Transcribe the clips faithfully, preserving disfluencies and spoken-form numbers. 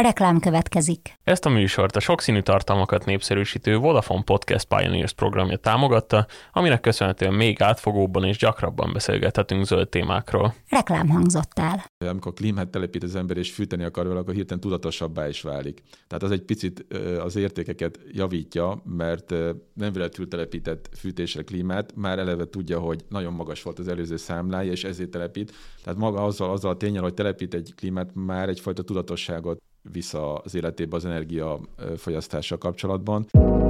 Reklám következik. Ezt a műsort a sokszínű tartalmakat népszerűsítő Vodafone Podcast Pioneers programja támogatta, aminek köszönhetően még átfogóbban és gyakrabban beszélgethetünk zöld témákról. Reklám hangzott el. Amikor klímát telepít az ember és fűteni akar vele, akkor hirtelen tudatosabbá is válik. Tehát az egy picit az értékeket javítja, mert nem véletlenül telepített fűtésre klímát, már eleve tudja, hogy nagyon magas volt az előző számlája, és ezért telepít. Tehát maga azzal, azzal a tényel, hogy telepít egy klímát, már egyfajta tudatosságot vissza az életébe az energiafogyasztással kapcsolatban.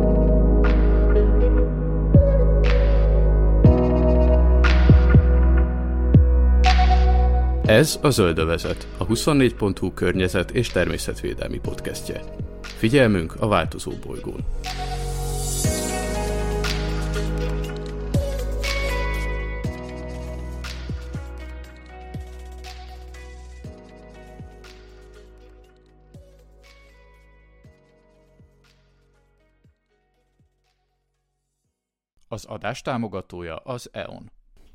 Ez a Zöldövezet, a huszonnégy pont hu környezet- és természetvédelmi podcastje. Figyelmünk a változó bolygón. Az adás támogatója az é o en.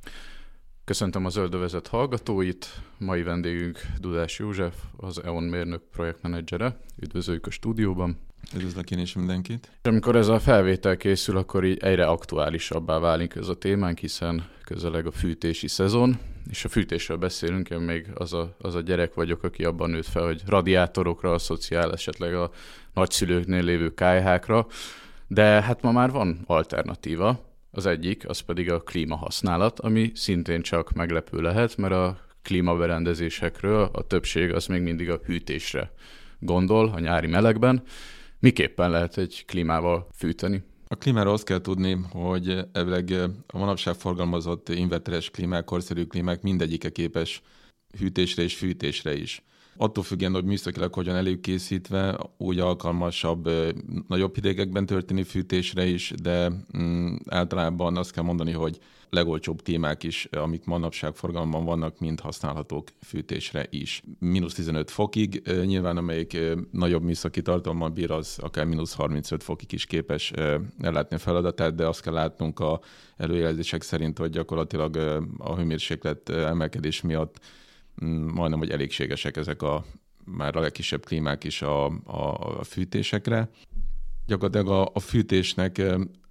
Köszöntöm a Zöldövezet hallgatóit, mai vendégünk Dudás József, az é o en mérnök projektmenedzsere. Üdvözöljük a stúdióban. Üdvözlök én is mindenkit. És amikor ez a felvétel készül, akkor így egyre aktuálisabbá válik ez a témánk, hiszen közeleg a fűtési szezon, és a fűtésről beszélünk, én még az a, az a gyerek vagyok, aki abban nőtt fel, hogy radiátorokra asszociál, esetleg a nagyszülőknél lévő kályhákra, de hát ma már van alternatíva. Az egyik, az pedig a klímahasználat, ami szintén csak meglepő lehet, mert a klímaberendezésekről a többség az még mindig a hűtésre gondol a nyári melegben. Miképpen lehet egy klímával fűteni? A klímáról azt kell tudni, hogy elvileg a manapság forgalmazott inverteres klímák, korszerű klímák mindegyike képes hűtésre és fűtésre is. Attól függően, hogy műszakilag hogyan előkészítve, úgy alkalmasabb nagyobb hidegekben történő fűtésre is, de mm, általában azt kell mondani, hogy legolcsóbb klímák is, amik manapság forgalomban vannak, mind használhatók fűtésre is. mínusz tizenöt fokig, nyilván amelyik nagyobb műszaki tartalommal bír, az akár mínusz harmincöt fokig is képes ellátni a feladatát, de azt kell látnunk a előjelzések szerint, hogy gyakorlatilag a hőmérséklet emelkedés miatt majdnem, hogy elégségesek ezek a már a legkisebb klímák is a, a, a fűtésekre. Gyakorlatilag a, a fűtésnek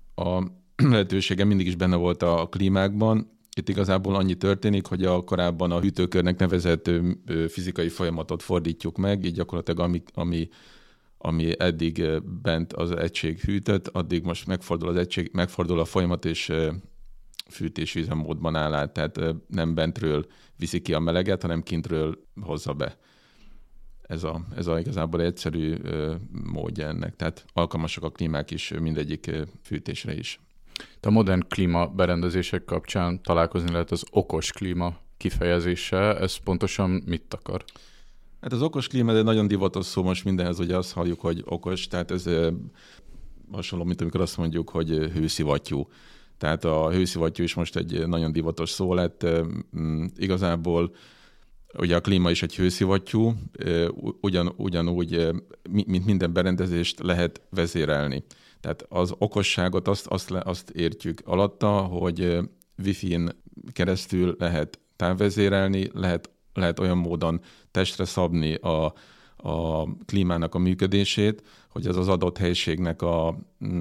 a lehetősége mindig is benne volt a klímákban. Itt igazából annyi történik, hogy a korábban a hűtőkörnek nevezett fizikai folyamatot fordítjuk meg, így gyakorlatilag ami, ami, ami eddig bent az egység hűtött, addig most megfordul az egység, megfordul a folyamat, és fűtés üzemmódban áll át, tehát nem bentről viszi ki a meleget, hanem kintről hozza be. Ez a, ez a igazából egyszerű módja ennek, tehát alkalmasak a klímák is mindegyik fűtésre is. A modern klímaberendezések kapcsán találkozni lehet az okos klíma kifejezéssel, ez pontosan mit akar? Hát az okos klíma, de nagyon divatos szó most mindenhez, ugye azt halljuk, hogy okos, tehát ez hasonló, mint amikor azt mondjuk, hogy hőszivattyú. Tehát a hőszivattyú is most egy nagyon divatos szó lett. Igazából ugye a klíma is egy hőszivattyú, ugyan, ugyanúgy, mint minden berendezést lehet vezérelni. Tehát az okosságot azt, azt, azt értjük alatta, hogy Wi-Fi-n keresztül lehet távvezérelni, lehet, lehet olyan módon testre szabni a, a klímának a működését, hogy ez az adott helyiségnek a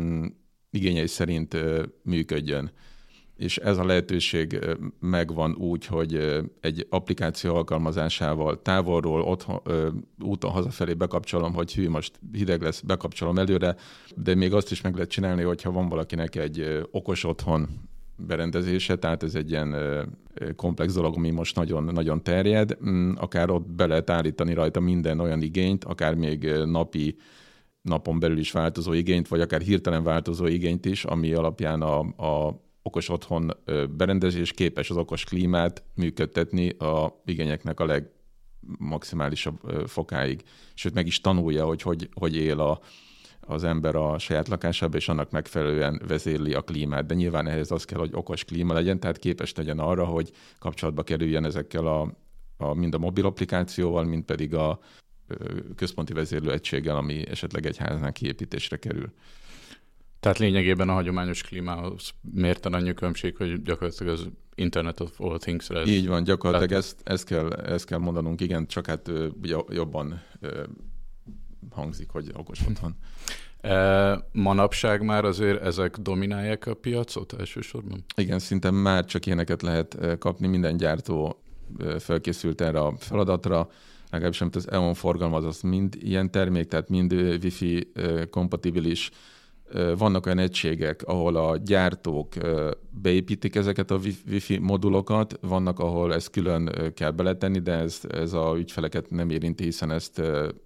igényei szerint működjön. És ez a lehetőség megvan úgy, hogy egy applikáció alkalmazásával távolról otthon, úton hazafelé bekapcsolom, hogy hű, most hideg lesz, bekapcsolom előre, de még azt is meg lehet csinálni, hogyha van valakinek egy okos otthon berendezése, tehát ez egy ilyen komplex dolog, ami most nagyon, nagyon terjed, akár ott be lehet állítani rajta minden olyan igényt, akár még napi napon belül is változó igényt, vagy akár hirtelen változó igényt is, ami alapján a, a okos otthon berendezés képes az okos klímát működtetni a igényeknek a legmaximálisabb fokáig. Sőt, meg is tanulja, hogy hogy, hogy él a, az ember a saját lakásában, és annak megfelelően vezérli a klímát. De nyilván ehhez az kell, hogy okos klíma legyen, tehát képes legyen arra, hogy kapcsolatba kerüljen ezekkel a, a mind a mobil applikációval, mind pedig a központi vezérlőegységgel, ami esetleg egy háznál kiépítésre kerül. Tehát lényegében a hagyományos klímához mérten annyi különbség, hogy gyakorlatilag az Internet of All Things-re. Így van, gyakorlatilag ezt, ezt, kell, ezt kell mondanunk, igen, csak hát ugye jobban hangzik, hogy okos otthon. Manapság már azért ezek dominálják a piacot elsősorban? Igen, szinte már csak ilyeneket lehet kapni, minden gyártó felkészült erre a feladatra, legalábbis amit az e on forgalmaz, az mind ilyen termék, tehát mind Wi-Fi kompatibilis. Vannak olyan egységek, ahol a gyártók beépítik ezeket a Wi-Fi modulokat, vannak, ahol ezt külön kell beletenni, de ez, ez a ügyfeleket nem érinti, hiszen ezt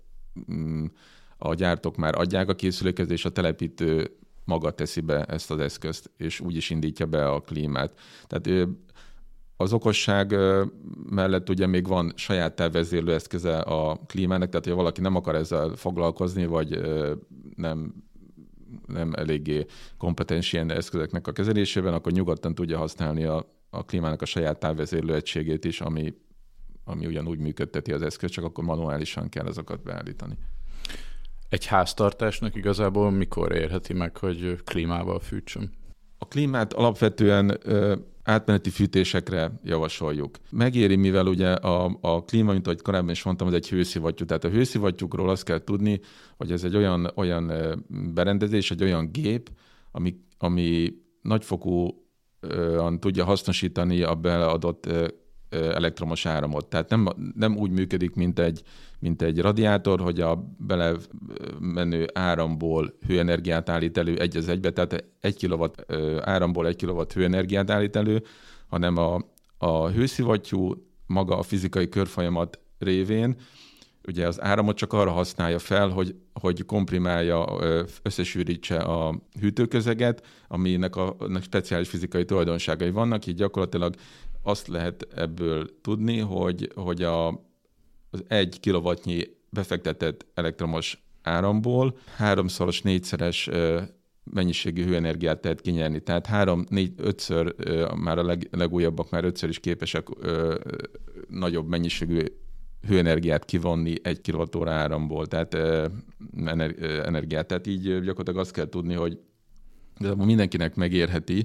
a gyártók már adják a készülékhez, és a telepítő maga teszi be ezt az eszközt, és úgy is indítja be a klímát. Tehát az okosság mellett ugye még van saját távvezérlő eszköze a klímának, tehát ha valaki nem akar ezzel foglalkozni, vagy nem, nem eléggé kompetens ilyen eszközöknek a kezelésében, akkor nyugodtan tudja használni a, a klímának a saját távvezérlő egységét is, ami, ami ugyanúgy működteti az eszközt, csak akkor manuálisan kell azokat beállítani. Egy háztartásnak igazából mikor érheti meg, hogy klímával fűtsön? A klímát alapvetően ö, átmeneti fűtésekre javasoljuk. Megéri, mivel ugye a, a klíma, mint ahogy korábban is mondtam, ez egy hőszivattyú. Tehát a hőszivattyúkról azt kell tudni, hogy ez egy olyan, olyan berendezés, egy olyan gép, ami, ami nagyfokúan tudja hasznosítani a beleadott elektromos áramot. Tehát nem, nem úgy működik, mint egy, mint egy radiátor, hogy a belemenő áramból hőenergiát állít elő egy az egybe, tehát egy kilowatt áramból egy kilowatt hőenergiát állít elő, hanem a, a hőszivattyú maga a fizikai körfolyamat révén ugye az áramot csak arra használja fel, hogy, hogy komprimálja, összesűrítse a hűtőközeget, aminek a aminek speciális fizikai tulajdonságai vannak, így gyakorlatilag azt lehet ebből tudni, hogy, hogy a, az egy kilowattnyi befektetett elektromos áramból háromszoros, négyszeres mennyiségű hőenergiát lehet kinyerni. Tehát három, négy, ötször, már a leg, legújabbak már ötször is képesek ö, nagyobb mennyiségű hőenergiát kivonni egy kilovattóra áramból, tehát ö, energiát. Tehát így gyakorlatilag azt kell tudni, hogy mindenkinek megérheti,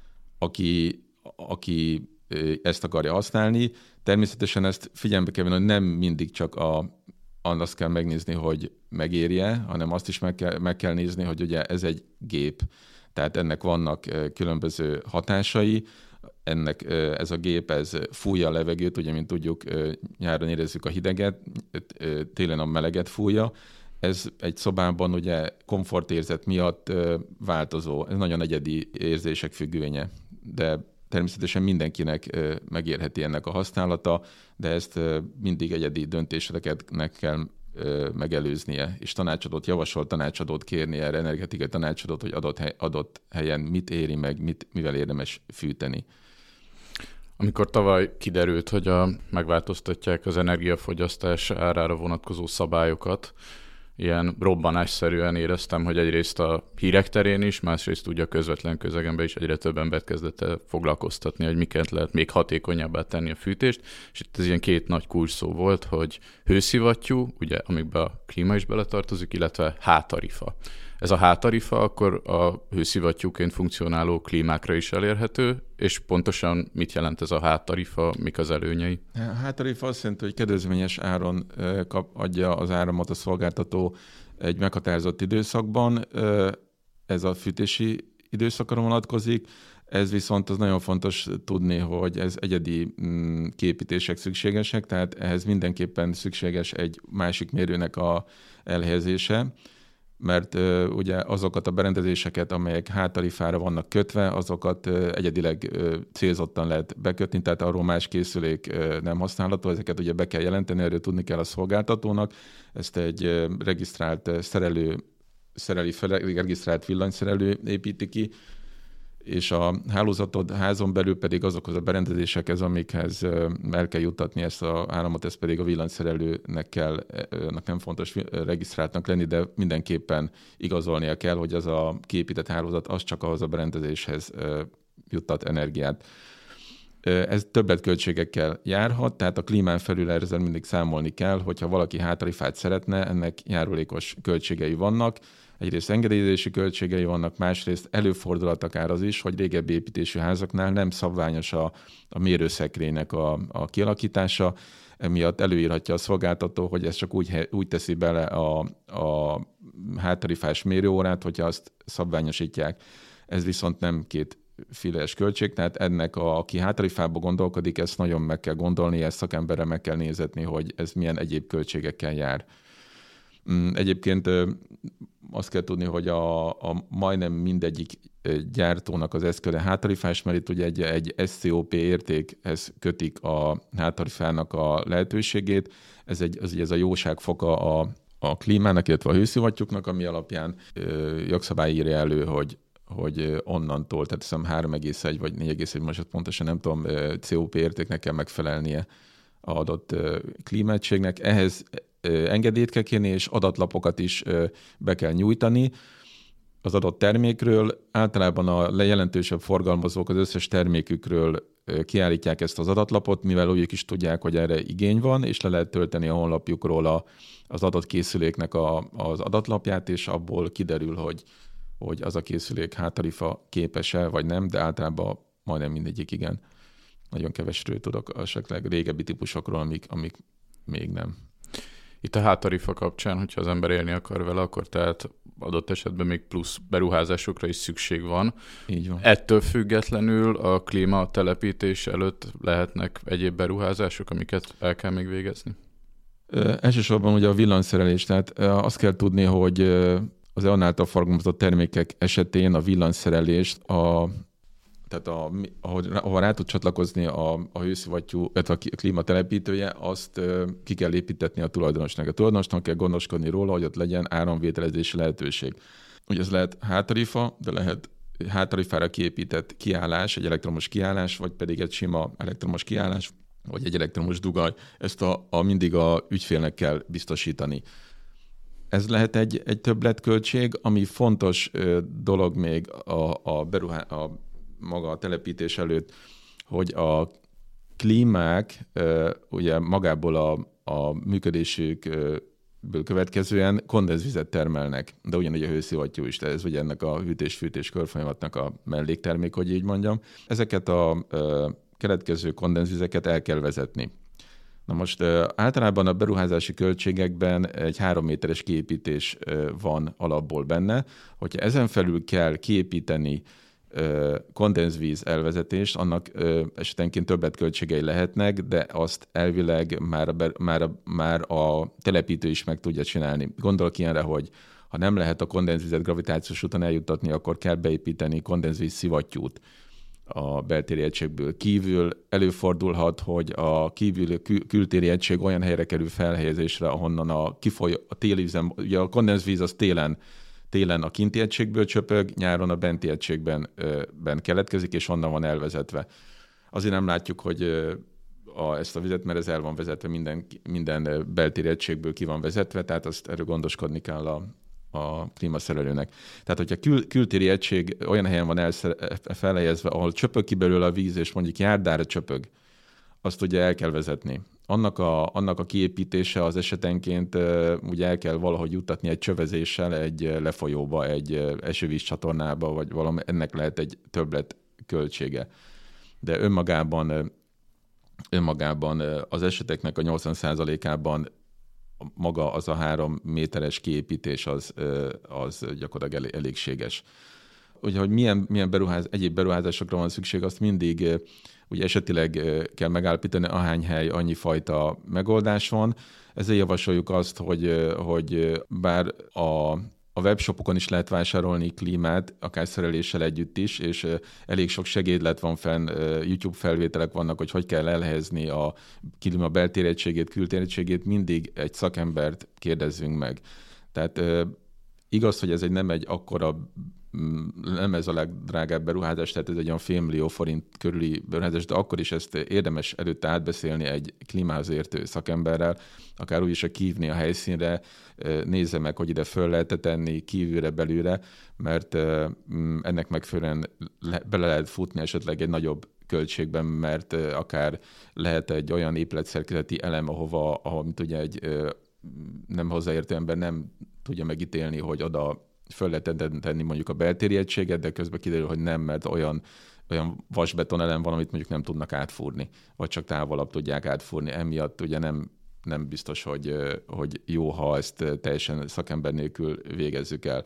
aki, aki ezt akarja használni. Természetesen ezt figyelembe kell venni, hogy nem mindig csak a, azt kell megnézni, hogy megérje, hanem azt is meg kell, meg kell nézni, hogy ugye ez egy gép, tehát ennek vannak különböző hatásai, ennek ez a gép, ez fújja a levegőt, ugye, mint tudjuk, nyáron érezzük a hideget, télen a meleget fújja. Ez egy szobában ugye komfortérzet miatt változó, ez nagyon egyedi érzések függvénye, de természetesen mindenkinek megérheti ennek a használata, de ezt mindig egyedi döntéseknek kell megelőznie, és tanácsadót javasol, tanácsadót kérni erre, energetikai tanácsadót, hogy adott, hely, adott helyen mit éri meg, mit, mivel érdemes fűteni. Amikor tavaly kiderült, hogy a, megváltoztatják az energiafogyasztás árára vonatkozó szabályokat, ilyen robbanásszerűen éreztem, hogy egyrészt a hírek terén is, másrészt ugye a közvetlen közegemben is egyre több embert kezdett el foglalkoztatni, hogy miket lehet még hatékonyabbá tenni a fűtést, és itt ez ilyen két nagy kulcs szó volt, hogy hőszivattyú, ugye, amikben a klíma is beletartozik, illetve H-tarifa. Ez a H-tarifa akkor a hőszivattyúként funkcionáló klímákra is elérhető, és pontosan mit jelent ez a H-tarifa, mik az előnyei? A H-tarifa azt jelenti, hogy kedvezményes áron kap, adja az áramot a szolgáltató egy meghatározott időszakban. Ez a fűtési időszakra vonatkozik. Ez viszont az nagyon fontos tudni, hogy ez egyedi kiépítések szükségesek, tehát ehhez mindenképpen szükséges egy másik mérőnek a elhelyezése, mert uh, ugye azokat a berendezéseket, amelyek H-tarifára vannak kötve, azokat uh, egyedileg uh, célzottan lehet bekötni, tehát arról más készülék uh, nem használható, ezeket ugye be kell jelenteni, erről tudni kell a szolgáltatónak, ezt egy uh, regisztrált uh, szerelő, szereli fel, regisztrált villanyszerelő építi ki, és a hálózatod házon belül pedig azokhoz a berendezésekhez, amikhez el kell juttatni ezt a áramot, ez pedig a villanyszerelőnek kell, nem fontos regisztráltnak lenni, de mindenképpen igazolnia kell, hogy az a kiépített hálózat az csak ahhoz a berendezéshez juttat energiát. Ez többletköltségekkel járhat, tehát a klímán felül ezzel mindig számolni kell, hogyha valaki H-tarifát szeretne, ennek járulékos költségei vannak, egyrészt engedélyezési költségei vannak, másrészt előfordulhat akár az is, hogy régebbi építésű házaknál nem szabványos a, a mérőszekrénynek a, a kialakítása. emiatt előírhatja a szolgáltató, hogy ezt csak úgy, úgy teszi bele a, a háttarifás mérőórát, hogyha azt szabványosítják. Ez viszont nem két files költség, tehát ennek, a, aki háttarifába gondolkodik, ezt nagyon meg kell gondolni, ezt szakemberre meg kell nézetni, hogy ez milyen egyéb költségekkel jár. Egyébként azt kell tudni, hogy a, a majdnem mindegyik gyártónak az eszköze háttarifás, mert itt ugye egy, egy es cé o pé értékhez kötik a háttarifának a lehetőségét. Ez, egy, ez, ez a jóságfoka a, a klímának, illetve a hőszivattyúknak, ami alapján ö, jogszabály írja elő, hogy hogy onnantól, tehát hiszem három egész egy vagy négy egész egy, most pontosan nem tudom, cé o pé értéknek kell megfelelnie az adott klímaegységnek. Ehhez engedélyt kell kérni, és adatlapokat is be kell nyújtani az adott termékről. Általában a legjelentősebb forgalmazók az összes termékükről kiállítják ezt az adatlapot, mivel ők is tudják, hogy erre igény van, és le lehet tölteni a honlapjukról a, az adott készüléknek a, az adatlapját, és abból kiderül, hogy hogy az a készülék hátarifa képes-e, vagy nem, de általában majdnem mindegyik igen. Nagyon kevesről tudok esetleg régebbi típusokról, amik, amik még nem. Itt a hátarifa kapcsán, hogyha az ember élni akar vele, akkor tehát adott esetben még plusz beruházásokra is szükség van. Így van. Ettől függetlenül a klímatelepítés előtt lehetnek egyéb beruházások, amiket el kell még végezni? Ö, elsősorban ugye a villanyszerelés, tehát ö, azt kell tudni, hogy ö, az e on által forgalmazott termékek esetén a villanyszerelést, a, tehát a, ahol rá tud csatlakozni a, a hőszivattyú, illetve a klímatelepítője, azt ö, ki kell építetni a tulajdonosnak. A tulajdonosnak kell gondoskodni róla, hogy ott legyen áramvételezési lehetőség. Ugye ez lehet hátarifa, de lehet háttarifára kiépített kiállás, egy elektromos kiállás, vagy pedig egy sima elektromos kiállás, vagy egy elektromos dugaj. Ezt a, a mindig a ügyfélnek kell biztosítani. Ez lehet egy, egy többletköltség, ami fontos ö, dolog még a, a, beruhá, a maga a telepítés előtt, hogy a klímák ö, ugye magából a, a működésükből következően kondenzvizet termelnek, de ugyanígy a hőszivattyú is, tehát ez ugye ennek a hűtés-fűtés körfolyamatnak a melléktermék, hogy így mondjam. Ezeket a ö, keletkező kondenzvizeket el kell vezetni. Na most általában a beruházási költségekben egy három méteres kiépítés van alapból benne. Hogyha ezen felül kell kiépíteni kondenzvíz elvezetést, annak esetenként többletköltségei lehetnek, de azt elvileg már a, már, a, már a telepítő is meg tudja csinálni. Gondolok ilyenre, hogy ha nem lehet a kondenzvizet gravitációs úton eljuttatni, akkor kell beépíteni kondenzvíz szivattyút a beltéri egységből kívül. Előfordulhat, hogy a kívül kül- kültéri egység olyan helyre kerül felhelyezésre, ahonnan a kifoly, a téli üzem, ugye a kondenzvíz az télen, télen a kinti egységből csöpög, nyáron a benti egységben ö, ben keletkezik, és onnan van elvezetve. Azért nem látjuk, hogy ö, a, ezt a vizet, mert ez el van vezetve, minden, minden beltéri egységből ki van vezetve, tehát azt erről gondoskodni kell a a klímaszerelőnek. Tehát, hogyha kül, kültéri egység olyan helyen van felhelyezve, ahol csöpög ki belőle a víz, és mondjuk járdára csöpög, azt ugye el kell vezetni. Annak a, annak a kiépítése az esetenként uh, ugye el kell valahogy juttatni egy csövezéssel egy lefolyóba, egy uh, esővízcsatornába, vagy valami, ennek lehet egy többlet költsége. De önmagában, önmagában az eseteknek a nyolcvan százalékában maga az a három méteres kiépítés az, az gyakorlatilag elég, elégséges. Ugye, hogy milyen, milyen beruház, egyéb beruházásokra van szükség, azt mindig ugye esetileg kell megállapítani, ahány hely, annyi fajta megoldás van. Ezzel javasoljuk azt, hogy, hogy bár a A webshopokon is lehet vásárolni klímát, akár szereléssel együtt is, és elég sok segédlet van fenn, YouTube felvételek vannak, hogy hogy kell elhelyezni a klíma beltéri egységét, kültéri egységét, mindig egy szakembert kérdezzünk meg. Tehát igaz, hogy ez egy nem egy akkora, nem ez a legdrágább beruházás, tehát ez egy olyan félmillió forint körüli beruházás, de akkor is ezt érdemes előtte átbeszélni egy klímához értő szakemberrel, akár úgy is, hogy kihívni a helyszínre, nézze meg, hogy ide föl lehet tenni kívülre, belülre, mert ennek megfelelően bele lehet futni esetleg egy nagyobb költségben, mert akár lehet egy olyan épületszerkezeti elem, ahova, ahol mint ugye egy nem hozzáértő ember nem tudja megítélni, hogy oda föl lehet tenni mondjuk a beltéri egységet, de közben kiderül, hogy nem, mert olyan, olyan vasbeton elem van, amit mondjuk nem tudnak átfúrni, vagy csak távolabb tudják átfúrni. Emiatt ugye nem, nem biztos, hogy, hogy jó, ha ezt teljesen szakember nélkül végezzük el.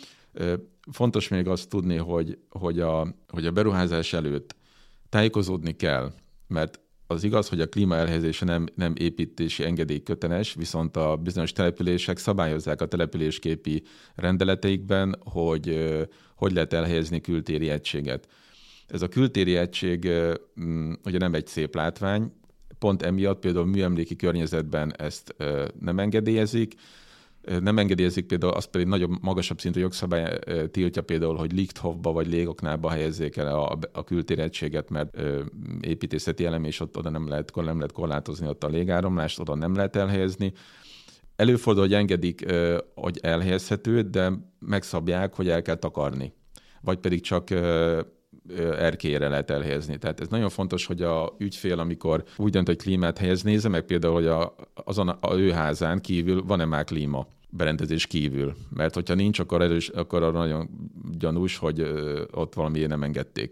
Fontos még azt tudni, hogy, hogy, a, hogy a beruházás előtt tájékozódni kell, mert az igaz, hogy a klíma elhelyezése nem, nem építési engedélyköteles, viszont a bizonyos települések szabályozzák a településképi rendeleteikben, hogy hogy lehet elhelyezni kültéri egységet. Ez a kültéri egység ugye nem egy szép látvány, pont emiatt például műemléki környezetben ezt nem engedélyezik, nem engedélyezik például, az pedig nagyobb, magasabb szintű jogszabály tiltja például, hogy Lichthofba vagy Légoknába helyezzék el a, a kültéri egységet, mert ö, építészeti elem, és ott oda nem lehet, nem lehet korlátozni ott a légáramlást, oda nem lehet elhelyezni. Előfordul, hogy engedik, ö, hogy elhelyezhető, de megszabják, hogy el kell takarni. Vagy pedig csak ö, erkélyre lehet elhelyezni. Tehát ez nagyon fontos, hogy a ügyfél, amikor úgy dönt, hogy klímát helyez, nézze meg például, hogy a, azon a, a ő házán kívül van-e már klíma berendezés kívül. Mert hogyha nincs, akkor, erős, akkor arra nagyon gyanús, hogy ott valamiért nem engedték.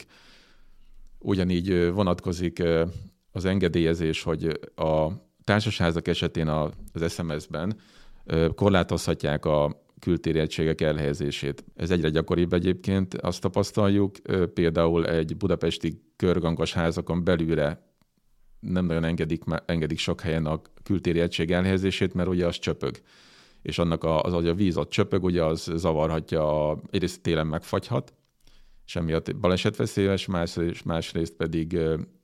Ugyanígy vonatkozik az engedélyezés, hogy a társasházak esetén az es em es-ben korlátozhatják a kültéri egységek elhelyezését. Ez egyre gyakoribb egyébként, azt tapasztaljuk, például egy budapesti körgangos házakon belülre nem nagyon engedik, engedik sok helyen a kültéri egység elhelyezését, mert ugye az csöpög. És annak a, az, hogy a víz ott csöpög, ugye az zavarhatja, a, egyrészt télen megfagyhat, és emiatt balesetveszélyes, másrészt, másrészt pedig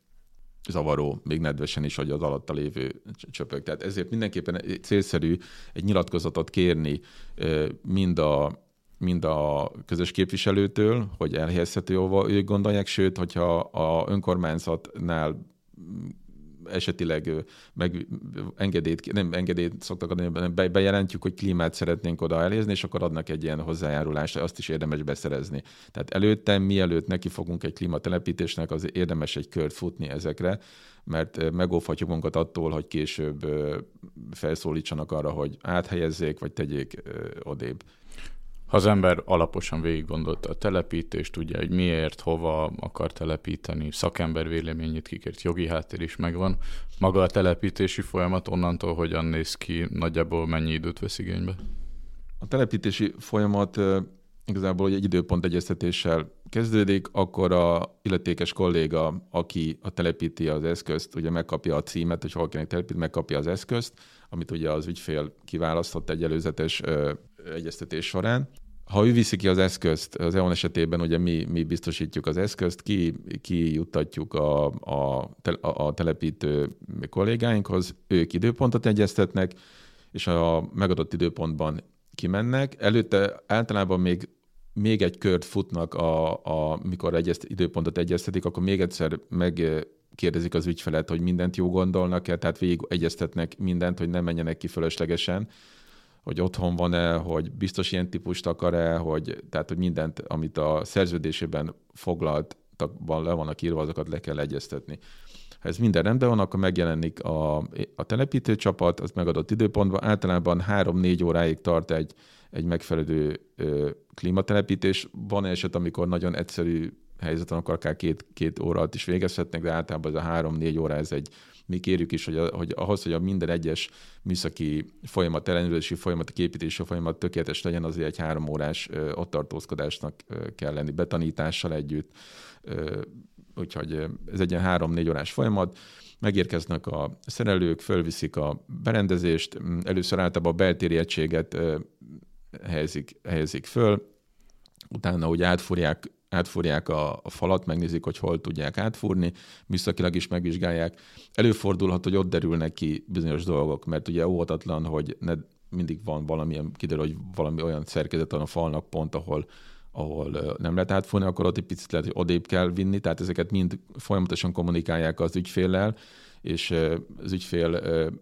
zavaró, még nedvesen is, hogy az alatta lévő csöpög. Tehát ezért mindenképpen célszerű egy nyilatkozatot kérni mind a, mind a közös képviselőtől, hogy elhelyezhető, ahova ők gondolják, sőt, hogyha a önkormányzatnál esetileg meg engedélyt, nem engedélyt szoktak adni, hanem bejelentjük, hogy klímát szeretnénk oda elhelyezni, és akkor adnak egy ilyen hozzájárulást, azt is érdemes beszerezni. Tehát előtte, mielőtt neki fogunk egy klímatelepítésnek, az érdemes egy kört futni ezekre, mert megóvhatjuk magunkat attól, hogy később felszólítsanak arra, hogy áthelyezzék, vagy tegyék odébb. Ha az ember alaposan végig gondolta a telepítést, tudja, hogy miért, hova akar telepíteni, szakember véleményét kikért, jogi háttér is megvan. Maga a telepítési folyamat onnantól hogyan néz ki, nagyjából mennyi időt vesz igénybe? A telepítési folyamat igazából egy időpont egyeztetéssel kezdődik, akkor a illetékes kolléga, aki a telepíti az eszközt, ugye megkapja a címet, hogy hol kell telepíteni, megkapja az eszközt, amit ugye az ügyfél kiválasztott egy előzetes ö, egyeztetés során. Ha ő viszi ki az eszközt, az e on esetében ugye mi, mi biztosítjuk az eszközt, ki, ki juttatjuk a, a, a telepítő kollégáinkhoz, ők időpontot egyeztetnek, és a megadott időpontban kimennek. Előtte általában még, még egy kört futnak, a, a, mikor egyezt, időpontot egyeztetik, akkor még egyszer megkérdezik az ügyfelet, hogy mindent jó gondolnak-e, tehát végig egyeztetnek mindent, hogy nem menjenek ki fölöslegesen, hogy otthon van-e, hogy biztos ilyen típust akar-e, hogy, tehát hogy mindent, amit a szerződésében foglaltakban le vannak írva, azokat le kell egyeztetni. Ha ez minden rendben van, akkor megjelenik a, a telepítőcsapat, az megadott időpontban. Általában három-négy óráig tart egy, egy megfelelő ö, klímatelepítés. Van eset, amikor nagyon egyszerű helyzet van, akkor akár két, két óra alatt is végezhetnek, de általában ez a három-négy óra, ez egy, mi kérjük is, hogy, a, hogy ahhoz, hogy a minden egyes műszaki folyamat, ellenőrzési folyamat, képítési folyamat tökéletes legyen, azért egy három órás ö, ott tartózkodásnak ö, kell lenni, betanítással együtt. Ö, Úgyhogy ez egy ilyen három-négy órás folyamat. Megérkeznek a szerelők, fölviszik a berendezést, először általában a beltéri egységet helyezik, helyezik föl, utána úgy átfúrják, átfúrják a, a falat, megnézik, hogy hol tudják átfúrni, műszakilag is megvizsgálják. Előfordulhat, hogy ott derülnek ki bizonyos dolgok, mert ugye óhatatlan, hogy ne, mindig van valamilyen, kiderül, hogy valami olyan szerkezet van a falnak pont, ahol ahol nem lehet átfúrni, akkor ott egy picit lehet, hogy odébb kell vinni, tehát ezeket mind folyamatosan kommunikálják az ügyféllel, és az ügyfél,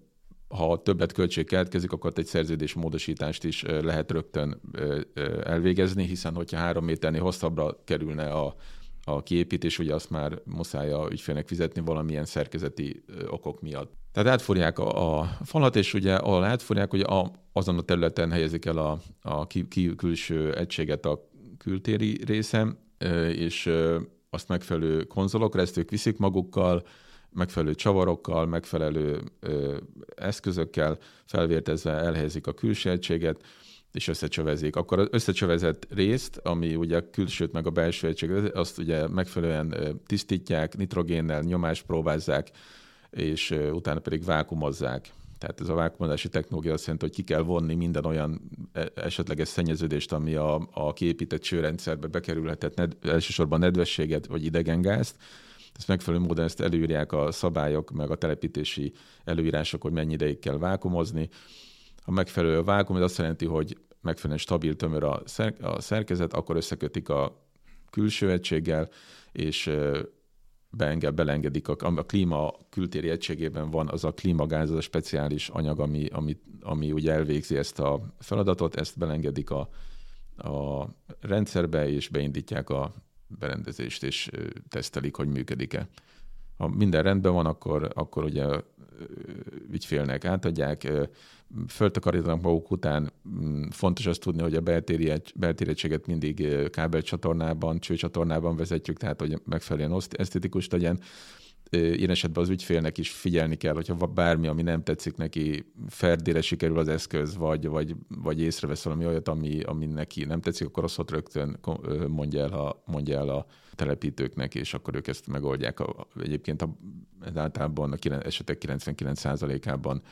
ha többletköltség keletkezik, akkor egy szerződésmódosítást is lehet rögtön elvégezni, hiszen hogyha három méternél hosszabbra kerülne a, a kiépítés, ugye azt már muszáj a ügyfélnek fizetni valamilyen szerkezeti okok miatt. Tehát átforják a, a falat, és ugye ahol átforják, ugye a, azon a területen helyezik el a, a ki, ki, külső egységet a kültéri részen, és azt megfelelő konzolokra, ezt ők viszik magukkal, megfelelő csavarokkal, megfelelő ö, eszközökkel felvértezve elhelyezik a külső egységet, és összecsövezik. Akkor az összecsövezett részt, ami ugye a külsőt meg a belső egységet, azt ugye megfelelően tisztítják, nitrogénnel nyomást próbázzák, és utána pedig vákumozzák. Tehát ez a vákumozási technológia azt jelenti, hogy ki kell vonni minden olyan esetleges szennyeződést, ami a, a kiépített csőrendszerbe bekerülhetett, ned, elsősorban nedvességet vagy idegengázt. Ezt megfelelő módon ezt előírják a szabályok, meg a telepítési előírások, hogy mennyi ideig kell vákumozni. A megfelelő vákum, ez azt jelenti, hogy megfelelően stabil, tömör a, szer- a szerkezet, akkor összekötik a külső egységgel, és beenged, belengedik, a, a klíma kültéri egységében van az a klímagáz, az a speciális anyag, ami, ami, ami ugye elvégzi ezt a feladatot, ezt belengedik a, a rendszerbe, és beindítják a berendezést, és tesztelik, hogy működik-e. Ha minden rendben van, akkor, akkor ugye ügyfélnek átadják, föltakarítanak maguk után. Fontos azt tudni, hogy a beltéri, beltéri egységet mindig kábelcsatornában, csőcsatornában vezetjük, tehát hogy megfelelően esztetikus legyen. Ilyen esetben az ügyfélnek is figyelni kell, hogyha bármi, ami nem tetszik neki, ferdére sikerül az eszköz, vagy, vagy, vagy észrevesz valami olyat, ami, ami neki nem tetszik, akkor azt ott rögtön mondja el, a, mondja el a telepítőknek, és akkor ők ezt megoldják. Egyébként a, általában a esetek kilencvenkilenc százalékában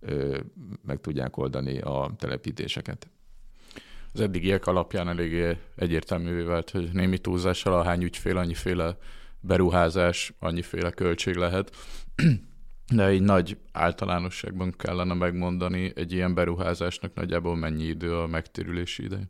meg tudják oldani a telepítéseket. Az eddigiek alapján eléggé egyértelművé vált, hogy némi túlzással ahány ügyfél, annyiféle beruházás, annyiféle költség lehet, de így nagy általánosságban kellene megmondani, egy ilyen beruházásnak nagyjából mennyi idő a megtérülési ideje?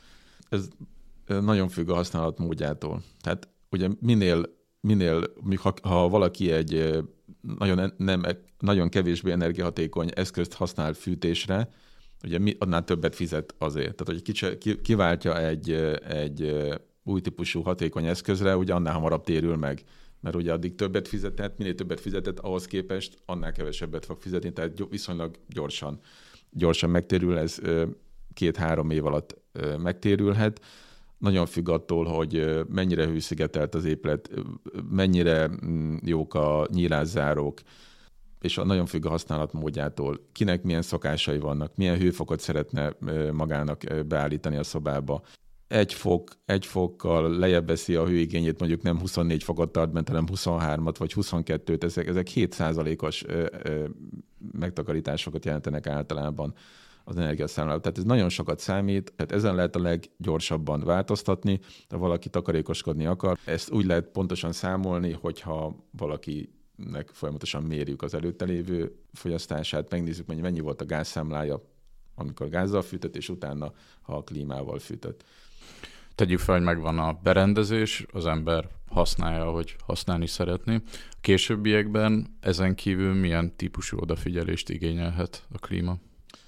Ez nagyon függ a használat módjától. Tehát ugye minél, minél ha, ha valaki egy nagyon, nem, nagyon kevésbé energiahatékony eszközt használ fűtésre, ugye mi, annál többet fizet azért. Tehát, hogy kiváltja egy, egy új típusú hatékony eszközre, ugye annál hamarabb térül meg. Mert ugye addig többet fizetett, minél többet fizetett, ahhoz képest annál kevesebbet fog fizetni, tehát viszonylag gyorsan, gyorsan megtérül, ez két-három év alatt megtérülhet. Nagyon függ attól, hogy mennyire hőszigetelt az épület, mennyire jók a nyílászárók, és nagyon függ a használat módjától. Kinek milyen szokásai vannak, milyen hőfokot szeretne magának beállítani a szobába. Egy fok, egy fokkal lejjebb veszi a hőigényét, mondjuk nem huszonnégy fokot tart bent, hanem huszonhármat vagy huszonkettőt, ezek, ezek hét százalékos megtakarításokat jelentenek általában az energiaszámláló. Tehát ez nagyon sokat számít, tehát ezen lehet a leggyorsabban változtatni, ha valaki takarékoskodni akar. Ezt úgy lehet pontosan számolni, hogyha valakinek folyamatosan mérjük az előtte lévő fogyasztását, megnézzük, hogy mennyi volt a gázszámlája, amikor gázzal fűtött, és utána, ha a klímával fűtött. Tegyük fel, hogy megvan a berendezés, az ember használja, ahogy használni szeretné. A későbbiekben ezen kívül milyen típusú odafigyelést igényelhet a klíma?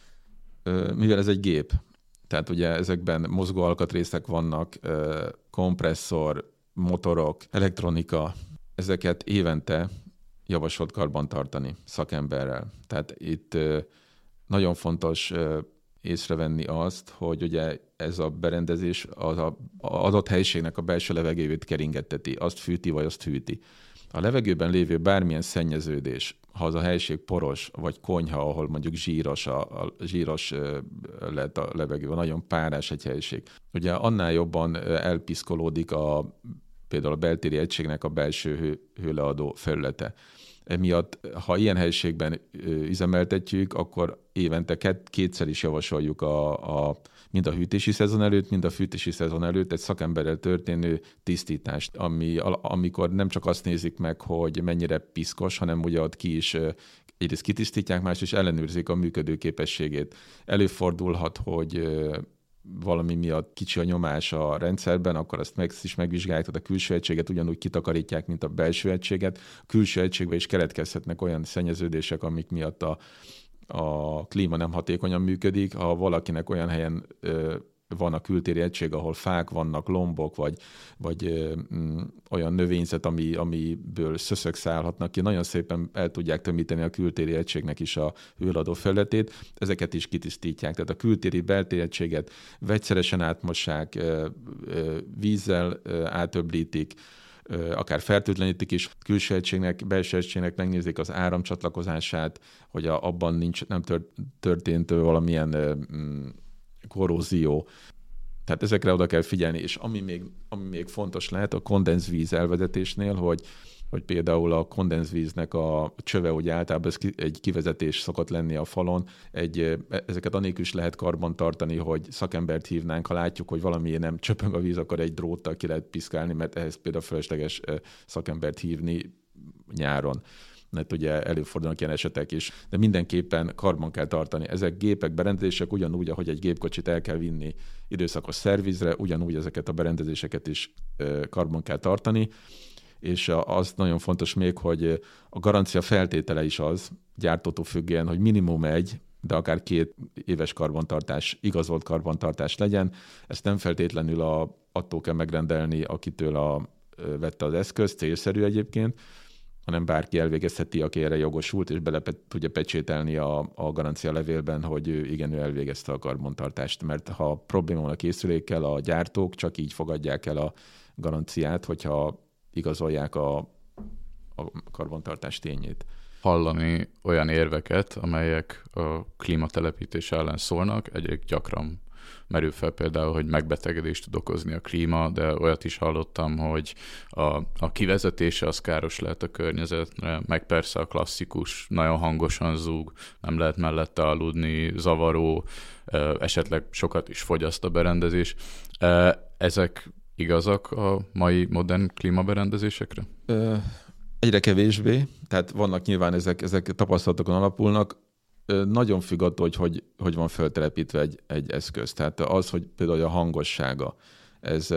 Mivel ez egy gép, tehát ugye ezekben mozgó alkatrészek vannak, kompresszor, motorok, elektronika, ezeket évente javasolt karbantartani szakemberrel. Tehát itt nagyon fontos észrevenni azt, hogy ugye ez a berendezés az a, a adott helyiségnek a belső levegőjét keringetteti, azt fűti, vagy azt hűti. A levegőben lévő bármilyen szennyeződés, ha az a helység poros, vagy konyha, ahol mondjuk zsíros, a, a zsíros lett a levegő, nagyon párás egy helység. Ugye annál jobban elpiszkolódik a, például a beltéri egységnek a belső hő, hőleadó felülete. Emiatt, ha ilyen helyiségben üzemeltetjük, akkor évente kétszer is javasoljuk a, a, mind a hűtési szezon előtt, mind a fűtési szezon előtt egy szakemberrel történő tisztítást, ami, amikor nem csak azt nézik meg, hogy mennyire piszkos, hanem ugye ott ki is egyrészt kitisztítják, más is ellenőrzik a működő képességét. Előfordulhat, hogy valami miatt kicsi a nyomás a rendszerben, akkor azt meg, is megvizsgálják, tehát a külső egységet ugyanúgy kitakarítják, mint a belső egységet. A külső egységben is keletkezhetnek olyan szennyeződések, amik miatt a, a klíma nem hatékonyan működik. Ha valakinek olyan helyen ö, van a kültéri egység, ahol fák vannak, lombok, vagy, vagy ö, mm, olyan növényzet, ami, amiből szöszök szállhatnak ki, nagyon szépen el tudják tömíteni a kültéri egységnek is a hőladó felületét, ezeket is kitisztítják. Tehát a kültéri beltéri egységet vegyszeresen átmossák, ö, ö, vízzel ö, átöblítik, akár fertőtlenítik is, külső egységnek, belső egységnek megnézik az áramcsatlakozását, hogy a, abban nincs, nem történt valamilyen mm, korrózió. Tehát ezekre oda kell figyelni, és ami még, ami még fontos lehet a kondenzvíz elvezetésnél, hogy hogy például a kondenzvíznek a csöve, ugye általában ez egy kivezetés szokott lenni a falon, egy, ezeket anélkül is lehet karban tartani, hogy szakembert hívnánk, ha látjuk, hogy valami nem csöpög a víz, akkor egy dróttal ki lehet piszkálni, mert ehhez például fölösleges szakembert hívni nyáron. Mert ugye előfordulnak ilyen esetek is, de mindenképpen karban kell tartani. Ezek gépek, berendezések ugyanúgy, ahogy egy gépkocsit el kell vinni időszakos szervizre, ugyanúgy ezeket a berendezéseket is karban kell tartani. És az nagyon fontos még, hogy a garancia feltétele is az, gyártótól függően, hogy minimum egy, de akár két éves karbantartás, igazolt karbantartás legyen. Ezt nem feltétlenül a, attól kell megrendelni, akitől a, vette az eszközt, célszerű egyébként, hanem bárki elvégezheti, aki erre jogosult, és bele tudja pecsételni a, a garancia levélben, hogy ő, igen, ő elvégezte a karbantartást. Mert ha probléma van a készülékkel, a gyártók csak így fogadják el a garanciát, hogyha igazolják a, a karbantartás tényét. Hallani olyan érveket, amelyek a klímatelepítés ellen szólnak, egyre gyakran merül fel például, hogy megbetegedést tud okozni a klíma, de olyat is hallottam, hogy a, a kivezetése az káros lehet a környezetre, meg persze a klasszikus, nagyon hangosan zúg, nem lehet mellette aludni, zavaró, esetleg sokat is fogyaszt a berendezés. Ezek igazak a mai modern klímaberendezésekre? Ö, egyre kevésbé, tehát vannak nyilván ezek, ezek tapasztalatokon alapulnak. Ö, nagyon függ attól, hogy, hogy hogy van feltelepítve egy, egy eszköz. Tehát az, hogy például a hangossága, ez,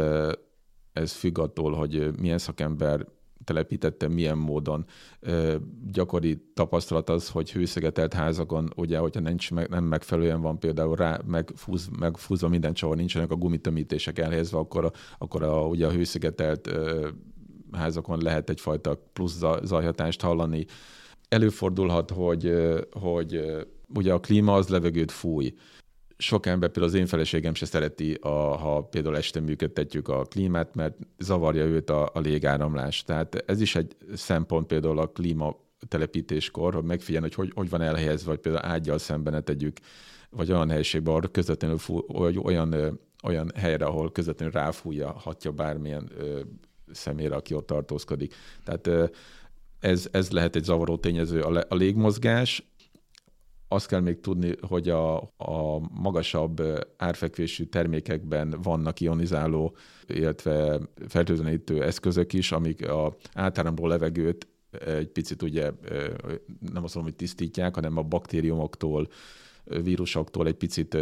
ez függ attól, hogy milyen szakember telepítette, milyen módon. Ö, gyakori tapasztalat az, hogy hőszigetelt házakon, ugye, hogyha nincs, nem megfelelően van például rá, megfúz, megfúzva minden csavar, nincsenek a gumitömítések elhelyezve, akkor, a, akkor a, ugye a hőszigetelt ö, házakon lehet egyfajta plusz zajhatást hallani. Előfordulhat, hogy, hogy ugye a klíma az levegőt fúj. Sok ember, például az én feleségem se szereti, a, ha például este működtetjük a klímát, mert zavarja őt a, a légáramlás. Tehát ez is egy szempont például a klíma telepítéskor, hogy megfigyelni, hogy, hogy hogy van elhelyezve, vagy például ággyal szemben ne tegyük, vagy olyan helyiségben, ahol közvetlenül fú, vagy olyan, olyan helyre, ahol közvetlenül ráfújja, hatja bármilyen ö, személyre, aki ott tartózkodik. Tehát ö, ez, ez lehet egy zavaró tényező. A, a légmozgás. Azt kell még tudni, hogy a, a magasabb árfekvésű termékekben vannak ionizáló, illetve fertőtlenítő eszközök is, amik az átáramló levegőt egy picit ugye nem azt mondom, hogy tisztítják, hanem a baktériumoktól, vírusoktól egy picit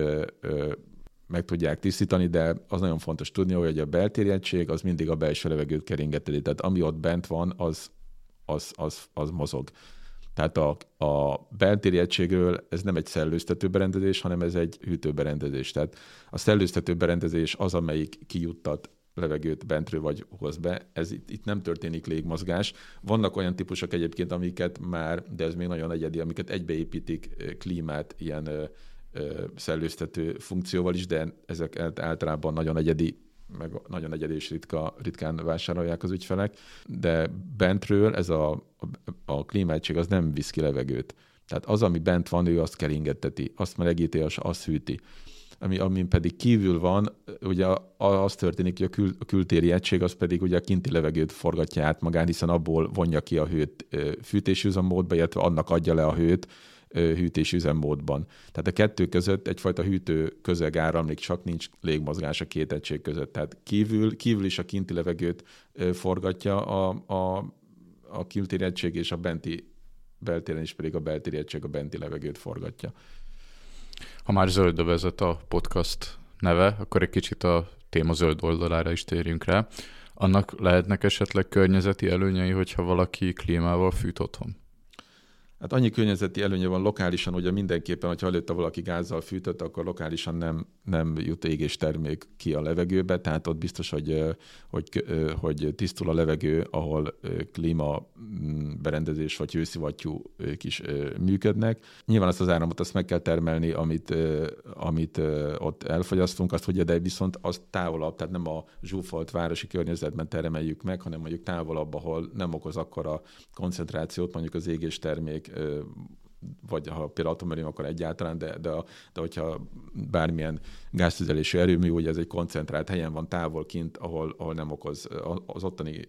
meg tudják tisztítani, de az nagyon fontos tudni, hogy a beltéri egység az mindig a belső levegőt keringeteli. Tehát ami ott bent van, az, az, az, az mozog. Tehát a, a beltéri egységről ez nem egy szellőztető berendezés, hanem ez egy hűtőberendezés. Tehát a szellőztető berendezés az, amelyik kijuttat levegőt bentről vagy hoz be. Ez itt, itt nem történik légmozgás. Vannak olyan típusok egyébként, amiket már, de ez még nagyon egyedi, amiket egybeépítik klímát ilyen ö, ö, szellőztető funkcióval is, de ezek általában nagyon egyedi, meg nagyon egyedi és ritka, ritkán vásárolják az ügyfelek, de bentről ez a, a, a klímaegység az nem visz ki levegőt. Tehát az, ami bent van, ő azt keringetteti, azt melegíti, azt hűti. Ami, amin pedig kívül van, ugye az történik, hogy a, kül, a kültéri egység az pedig ugye a kinti levegőt forgatja át magán, hiszen abból vonja ki a hőt fűtési üzemmódba, illetve annak adja le a hőt hűtési üzemmódban. Tehát a kettő között egyfajta hűtő közeg áramlik, csak nincs légmozgás a két egység között. Tehát kívül, kívül is a kinti levegőt forgatja a, a, a kültéri egység, és a benti beltéren is pedig a beltéri egység a benti levegőt forgatja. Ha már zöldbe vezet a podcast neve, akkor egy kicsit a téma zöld oldalára is térjünk rá. Annak lehetnek esetleg környezeti előnyei, hogyha valaki klímával fűt otthon? Hát annyi környezeti előnye van lokálisan, ugye mindenképpen, hogyha előtte valaki gázzal fűtött, akkor lokálisan nem, nem jut égéstermék ki a levegőbe, tehát ott biztos, hogy, hogy, hogy tisztul a levegő, ahol klímaberendezés vagy hőszivattyúk is működnek. Nyilván azt az áramot azt meg kell termelni, amit, amit ott elfogyasztunk, azt ugye, de viszont az távolabb, tehát nem a zsúfolt városi környezetben termeljük meg, hanem mondjuk távolabb, ahol nem okoz akkora koncentrációt, mondjuk az égéstermék, vagy ha például atomerőm, akkor egyáltalán, de, de, de hogyha bármilyen gáztüzelésű erőmű, ugye ez egy koncentrált helyen van távol kint, ahol, ahol nem okoz, az ottani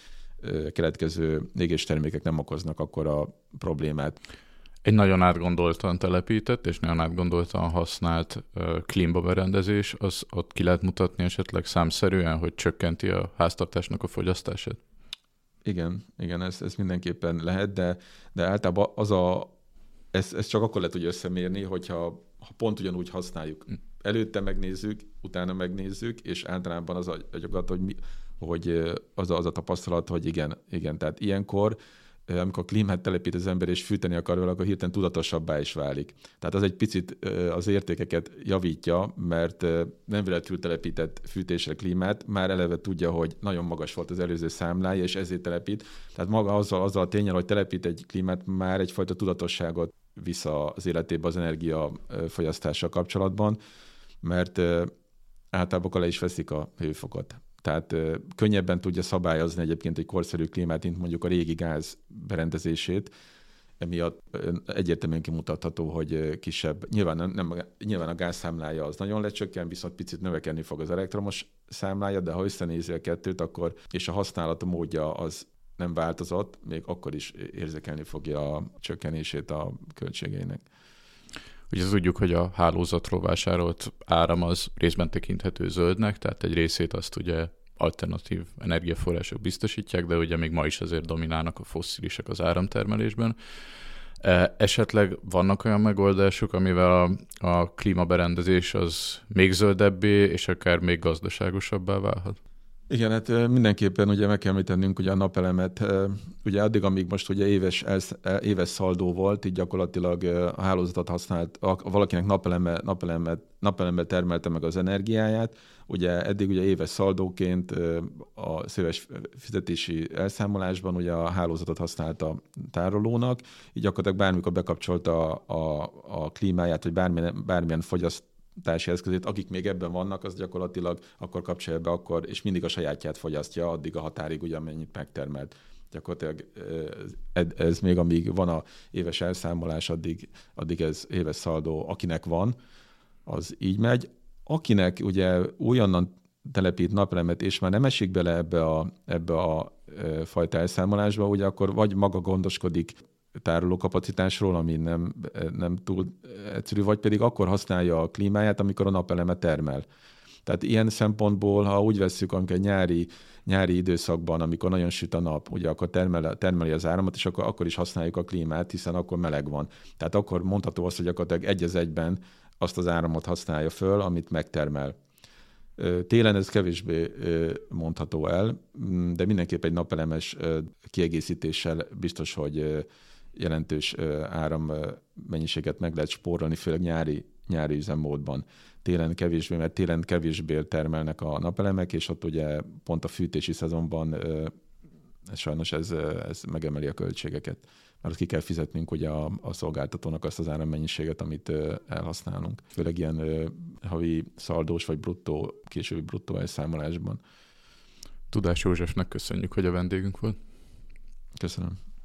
keletkező égéstermékek nem okoznak akkora problémát. Egy nagyon átgondoltan telepített és nagyon átgondoltan használt uh, klímaberendezés, az ott ki lehet mutatni esetleg számszerűen, hogy csökkenti a háztartásnak a fogyasztását? Igen, igen, ez, ez mindenképpen lehet, de, de általában az a, ez, ez csak akkor lehet úgy összemérni, hogyha ha pont ugyanúgy használjuk. Előtte megnézzük, utána megnézzük, és általában az a, hogy, mi, hogy az, a, az a tapasztalat, hogy igen, igen, tehát ilyenkor, amikor klímát telepít az ember és fűteni akar vele, akkor hirtelen tudatosabbá is válik. Tehát az egy picit az értékeket javítja, mert nem véletlenül telepített fűtésre klímát, már eleve tudja, hogy nagyon magas volt az előző számlája, és ezért telepít. Tehát maga azzal, azzal a tényel, hogy telepít egy klímát, már egyfajta tudatosságot visz az életébe az energiafogyasztással kapcsolatban, mert általában le is veszik a hőfokot. Tehát ö, könnyebben tudja szabályozni egyébként egy korszerű klímát, mint mondjuk a régi gáz berendezését. Emiatt ö, egyértelműen kimutatható, hogy ö, kisebb. Nyilván, nem, nem, nyilván a gáz számlája az nagyon lecsökken, viszont picit növekedni fog az elektromos számlája, de ha összenézi a kettőt, akkor, és a használata módja az nem változott, még akkor is érzékelni fogja a csökkenését a költségeinek. Ugye tudjuk, hogy a hálózatról vásárolt áram az részben tekinthető zöldnek, tehát egy részét azt ugye alternatív energiaforrások biztosítják, de ugye még ma is azért dominálnak a fosszilisek az áramtermelésben. Esetleg vannak olyan megoldások, amivel a, a klímaberendezés az még zöldebbé és akár még gazdaságosabbá válhat? Igen, hát mindenképpen ugye meg kell említenünk ugye a napelemet. Ugye addig, amíg most ugye éves, éves szaldó volt, így gyakorlatilag a hálózatot használt, valakinek napeleme, napelemet, napelemmel termelte meg az energiáját. Ugye eddig ugye éves szaldóként a széves fizetési elszámolásban ugye a hálózatot használta tárolónak, így gyakorlatilag bármikor bekapcsolta a, a, a klímáját, vagy bármilyen, bármilyen fogyaszt társi eszközét, akik még ebben vannak, az gyakorlatilag akkor kapcsolja be, akkor, és mindig a sajátját fogyasztja, addig a határig ugye amennyit megtermelt. Gyakorlatilag ez, ez még amíg van a éves elszámolás, addig, addig ez éves szaldó, akinek van, az így megy. Akinek ugye újonnan telepít napelemet, és már nem esik bele ebbe a, ebbe a fajta elszámolásba, ugye akkor vagy maga gondoskodik tárolókapacitásról, ami nem, nem túl egyszerű, vagy pedig akkor használja a klímáját, amikor a napeleme termel. Tehát ilyen szempontból, ha úgy vesszük, amikor egy nyári, nyári időszakban, amikor nagyon süt a nap, ugye akkor termel, termeli az áramot, és akkor, akkor is használjuk a klímát, hiszen akkor meleg van. Tehát akkor mondható az, hogy gyakorlatilag egy az egyben azt az áramot használja föl, amit megtermel. Télen ez kevésbé mondható el, de mindenképp egy napelemes kiegészítéssel biztos, hogy jelentős árammennyiséget meg lehet spórolni, főleg nyári, nyári üzemmódban. Télen kevésbé, mert télen kevésbé termelnek a napelemek, és ott ugye pont a fűtési szezonban ez sajnos ez, ez megemeli a költségeket. Mert ki kell fizetnünk ugye a, a szolgáltatónak azt az árammennyiséget, amit elhasználunk. Főleg ilyen havi szaldós vagy bruttó, későbbi bruttó elszámolásban. Tudás Józsefnek köszönjük, hogy a vendégünk volt. Köszönöm.